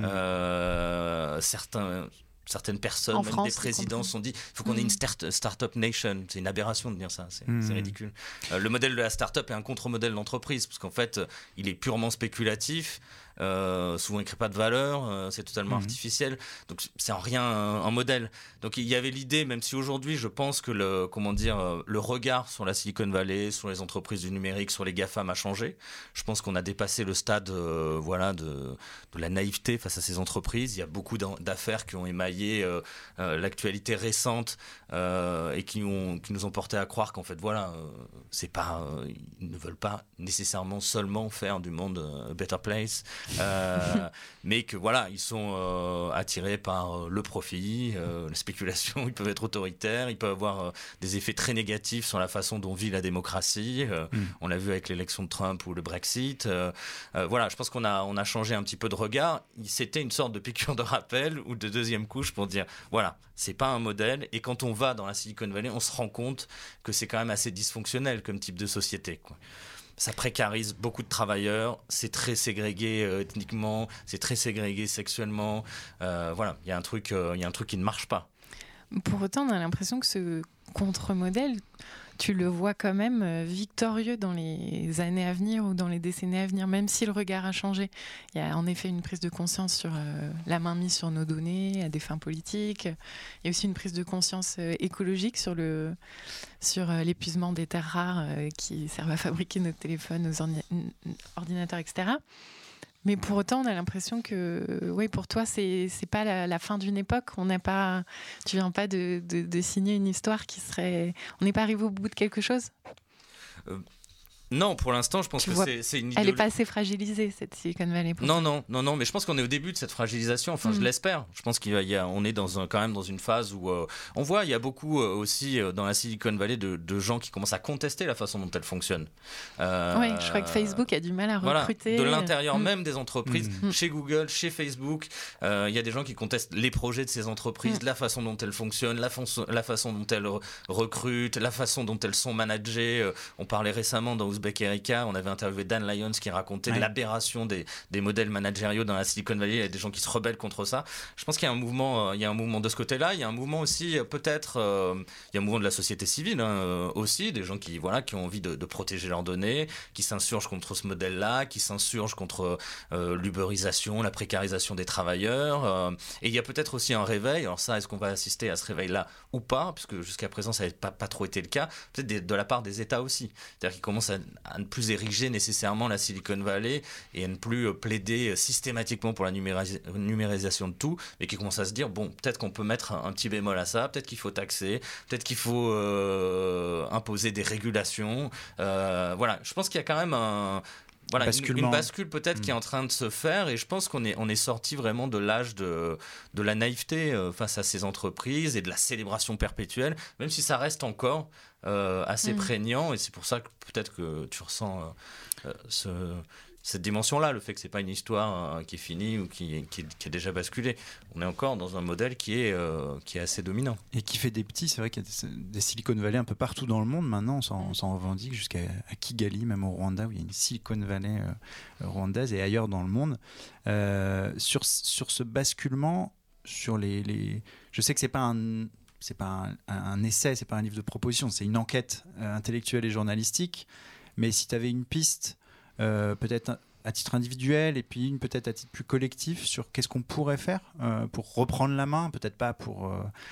Certaines personnes, même des présidents, se sont dit il faut qu'on ait une start-up nation. C'est une aberration de dire ça, c'est ridicule. Le modèle de la start-up est un contre-modèle d'entreprise, parce qu'en fait, il est purement spéculatif. Souvent il ne crée pas de valeur, c'est totalement artificiel, donc c'est en rien un modèle. Donc il y avait l'idée, même si aujourd'hui je pense que le regard sur la Silicon Valley, sur les entreprises du numérique, sur les GAFAM a changé. Je pense qu'on a dépassé le stade de la naïveté face à ces entreprises. Il y a beaucoup d'affaires qui ont émaillé l'actualité récente et qui nous ont porté à croire qu'en fait ils ne veulent pas nécessairement seulement faire du monde a better place, mais que ils sont attirés par le profit, la spéculation. Ils peuvent être autoritaires, ils peuvent avoir des effets très négatifs sur la façon dont vit la démocratie. On l'a vu avec l'élection de Trump ou le Brexit. Je pense qu'on a changé un petit peu de regard. C'était une sorte de piqûre de rappel ou de deuxième couche pour dire c'est pas un modèle, et quand on va dans la Silicon Valley, on se rend compte que c'est quand même assez dysfonctionnel comme type de société, quoi. Ça précarise beaucoup de travailleurs, c'est très ségrégué ethniquement, c'est très ségrégué sexuellement. Il y a un truc qui ne marche pas. Pour autant, on a l'impression que ce contre-modèle, tu le vois quand même victorieux dans les années à venir ou dans les décennies à venir, même si le regard a changé. Il y a en effet une prise de conscience sur la mainmise sur nos données à des fins politiques. Il y a aussi une prise de conscience écologique sur l'épuisement des terres rares qui servent à fabriquer nos téléphones, nos ordinateurs, etc. Mais pour autant, on a l'impression que, pour toi, c'est pas la fin d'une époque. Tu viens pas de signer une histoire qui serait. On n'est pas arrivé au bout de quelque chose. Non, pour l'instant, je pense que c'est une idéologie. Elle n'est pas assez fragilisée, cette Silicon Valley. Non, mais je pense qu'on est au début de cette fragilisation. Enfin, je l'espère. Je pense qu'on est quand même dans une phase où on voit, il y a beaucoup aussi dans la Silicon Valley de gens qui commencent à contester la façon dont elle fonctionne. Je crois que Facebook a du mal à recruter. De l'intérieur même des entreprises, chez Google, chez Facebook, il y a des gens qui contestent les projets de ces entreprises, la façon dont elles fonctionnent, la façon dont elles recrutent, la façon dont elles sont managées. On parlait récemment dans Uzbek Erika, on avait interviewé Dan Lyons qui racontait l'aberration des modèles managériaux dans la Silicon Valley. Il y a des gens qui se rebellent contre ça. Je pense qu'il y a un mouvement, de ce côté-là. Il y a un mouvement aussi, peut-être, il y a un mouvement de la société civile aussi, des gens qui ont envie de protéger leurs données, qui s'insurgent contre ce modèle-là, qui s'insurgent contre l'uberisation, la précarisation des travailleurs. Et il y a peut-être aussi un réveil. Alors ça, est-ce qu'on va assister à ce réveil-là ou pas, puisque jusqu'à présent ça n'a pas trop été le cas, peut-être de la part des États aussi, c'est-à-dire qu'ils commencent à ne plus ériger nécessairement la Silicon Valley et à ne plus plaider systématiquement pour la numérisation de tout, mais qui commencent à se dire bon, peut-être qu'on peut mettre un petit bémol à ça, peut-être qu'il faut taxer, peut-être qu'il faut imposer des régulations. Voilà, je pense qu'il y a quand même une bascule peut-être qui est en train de se faire, et je pense qu'on est sorti vraiment de l'âge de la naïveté face à ces entreprises et de la célébration perpétuelle, même si ça reste encore assez prégnant, et c'est pour ça que peut-être que tu ressens cette dimension-là, le fait que c'est pas une histoire qui est finie ou qui est déjà basculée. On est encore dans un modèle qui est assez dominant. Et qui fait des petits, c'est vrai qu'il y a des Silicon Valley un peu partout dans le monde maintenant, on s'en revendique jusqu'à Kigali, même au Rwanda, où il y a une Silicon Valley rwandaise et ailleurs dans le monde. Sur ce basculement, sur je sais que c'est pas un essai, c'est pas un livre de proposition, c'est une enquête intellectuelle et journalistique, mais si tu avais une piste peut-être à titre individuel et puis une peut-être à titre plus collectif sur qu'est-ce qu'on pourrait faire pour reprendre la main, peut-être pas pour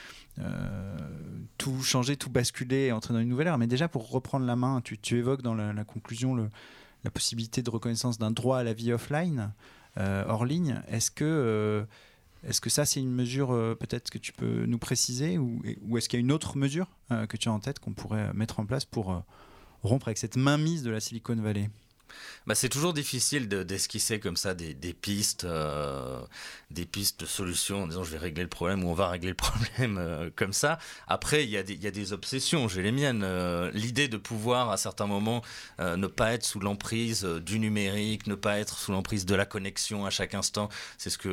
tout changer, tout basculer et entrer dans une nouvelle ère, mais déjà pour reprendre la main. Tu évoques dans la conclusion la possibilité de reconnaissance d'un droit à la vie offline, hors ligne. Est-ce que ça, c'est une mesure peut-être que tu peux nous préciser, ou est-ce qu'il y a une autre mesure que tu as en tête qu'on pourrait mettre en place pour rompre avec cette mainmise de la Silicon Valley ? C'est toujours difficile d'esquisser comme ça des pistes de solutions en disant je vais régler le problème ou on va régler le problème comme ça. Après, il y a des obsessions, j'ai les miennes. L'idée de pouvoir à certains moments ne pas être sous l'emprise du numérique, ne pas être sous l'emprise de la connexion à chaque instant, c'est ce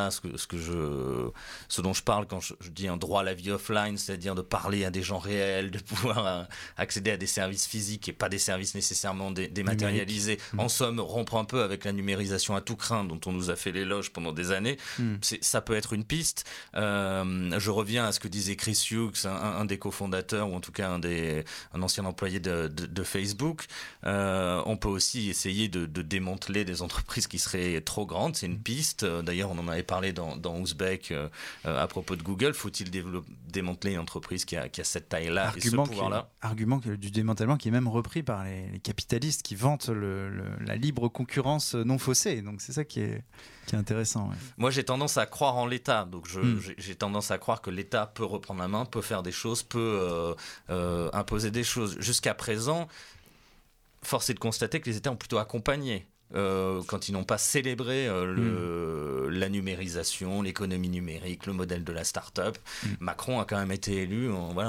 dont je parle quand je dis un droit à la vie offline, c'est-à-dire de parler à des gens réels, de pouvoir accéder à des services physiques et pas des services nécessairement dématérialisés. En somme, rompre un peu avec la numérisation à tout crin dont on nous a fait l'éloge pendant des années, ça peut être une piste. Je reviens à ce que disait Chris Hughes, un des cofondateurs, ou en tout cas un ancien employé de Facebook. On peut aussi essayer de démanteler des entreprises qui seraient trop grandes, c'est une piste. D'ailleurs, on en avait parlé dans Uzbek à propos de Google. Faut-il démanteler une entreprise qui a cette taille-là et ce pouvoir-là ? Argument du démantèlement qui est même repris par les capitalistes qui vantent la libre concurrence non faussée. Donc c'est ça qui est intéressant. Ouais. Moi, j'ai tendance à croire en l'État. Donc j'ai tendance à croire que l'État peut reprendre la main, peut faire des choses, peut imposer des choses. Jusqu'à présent, force est de constater que les États ont plutôt accompagné. Quand ils n'ont pas célébré la numérisation, l'économie numérique, le modèle de la start-up. Macron a quand même été élu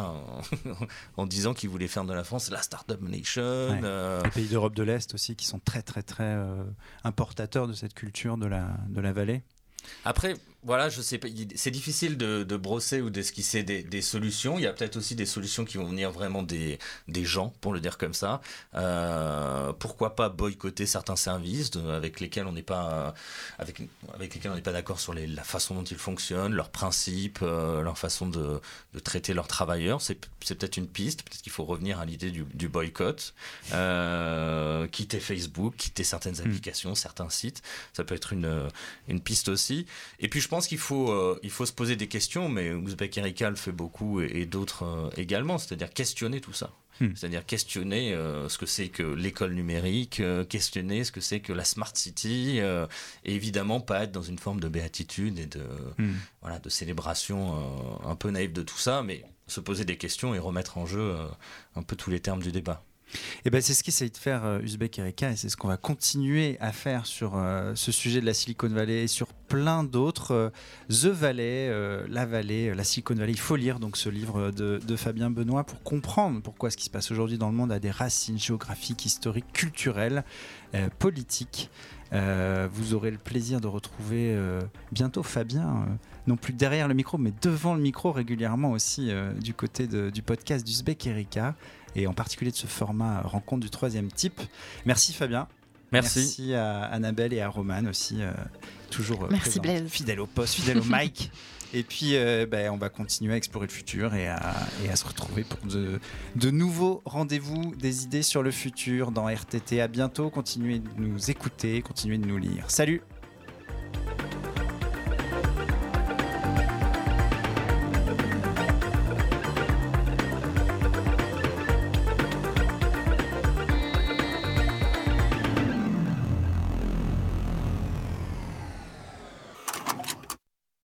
en disant qu'il voulait faire de la France la start-up nation. Les pays d'Europe de l'Est aussi qui sont très très très importateurs de cette culture de la vallée. Après, voilà, je sais pas, c'est difficile de brosser ou d'esquisser des solutions. Il y a peut-être aussi des solutions qui vont venir vraiment des gens, pour le dire comme ça. Pourquoi pas boycotter certains services avec lesquels on n'est pas d'accord sur la façon dont ils fonctionnent, leurs principes, leur façon de traiter leurs travailleurs. C'est peut-être une piste. Peut-être qu'il faut revenir à l'idée du boycott, quitter Facebook, quitter certaines applications, certains sites. Ça peut être une piste aussi. Et puis je pense qu'il faut se poser des questions, mais Uzbek Erika le fait beaucoup et d'autres également, c'est-à-dire questionner tout ça. C'est-à-dire questionner ce que c'est que l'école numérique, questionner ce que c'est que la Smart City, et évidemment pas être dans une forme de béatitude et de célébration un peu naïve de tout ça, mais se poser des questions et remettre en jeu un peu tous les termes du débat. Et c'est ce qu'essaye de faire Uzbek Erika, et c'est ce qu'on va continuer à faire sur ce sujet de la Silicon Valley et sur plein d'autres. The Valley, la Vallée, la Silicon Valley. Il faut lire donc ce livre de Fabien Benoît pour comprendre pourquoi ce qui se passe aujourd'hui dans le monde a des racines géographiques, historiques, culturelles, politiques. Vous aurez le plaisir de retrouver bientôt Fabien, non plus derrière le micro, mais devant le micro régulièrement aussi du côté du podcast d'Uzbek Erika, et en particulier de ce format rencontre du troisième type. Merci Fabien. Merci à Annabelle et à Romane aussi, toujours Merci Blaise. Fidèle au poste, fidèle au mic. Et puis on va continuer à explorer le futur et à se retrouver pour de nouveaux rendez-vous, des idées sur le futur dans RTT. À bientôt, continuez de nous écouter, continuez de nous lire. Salut!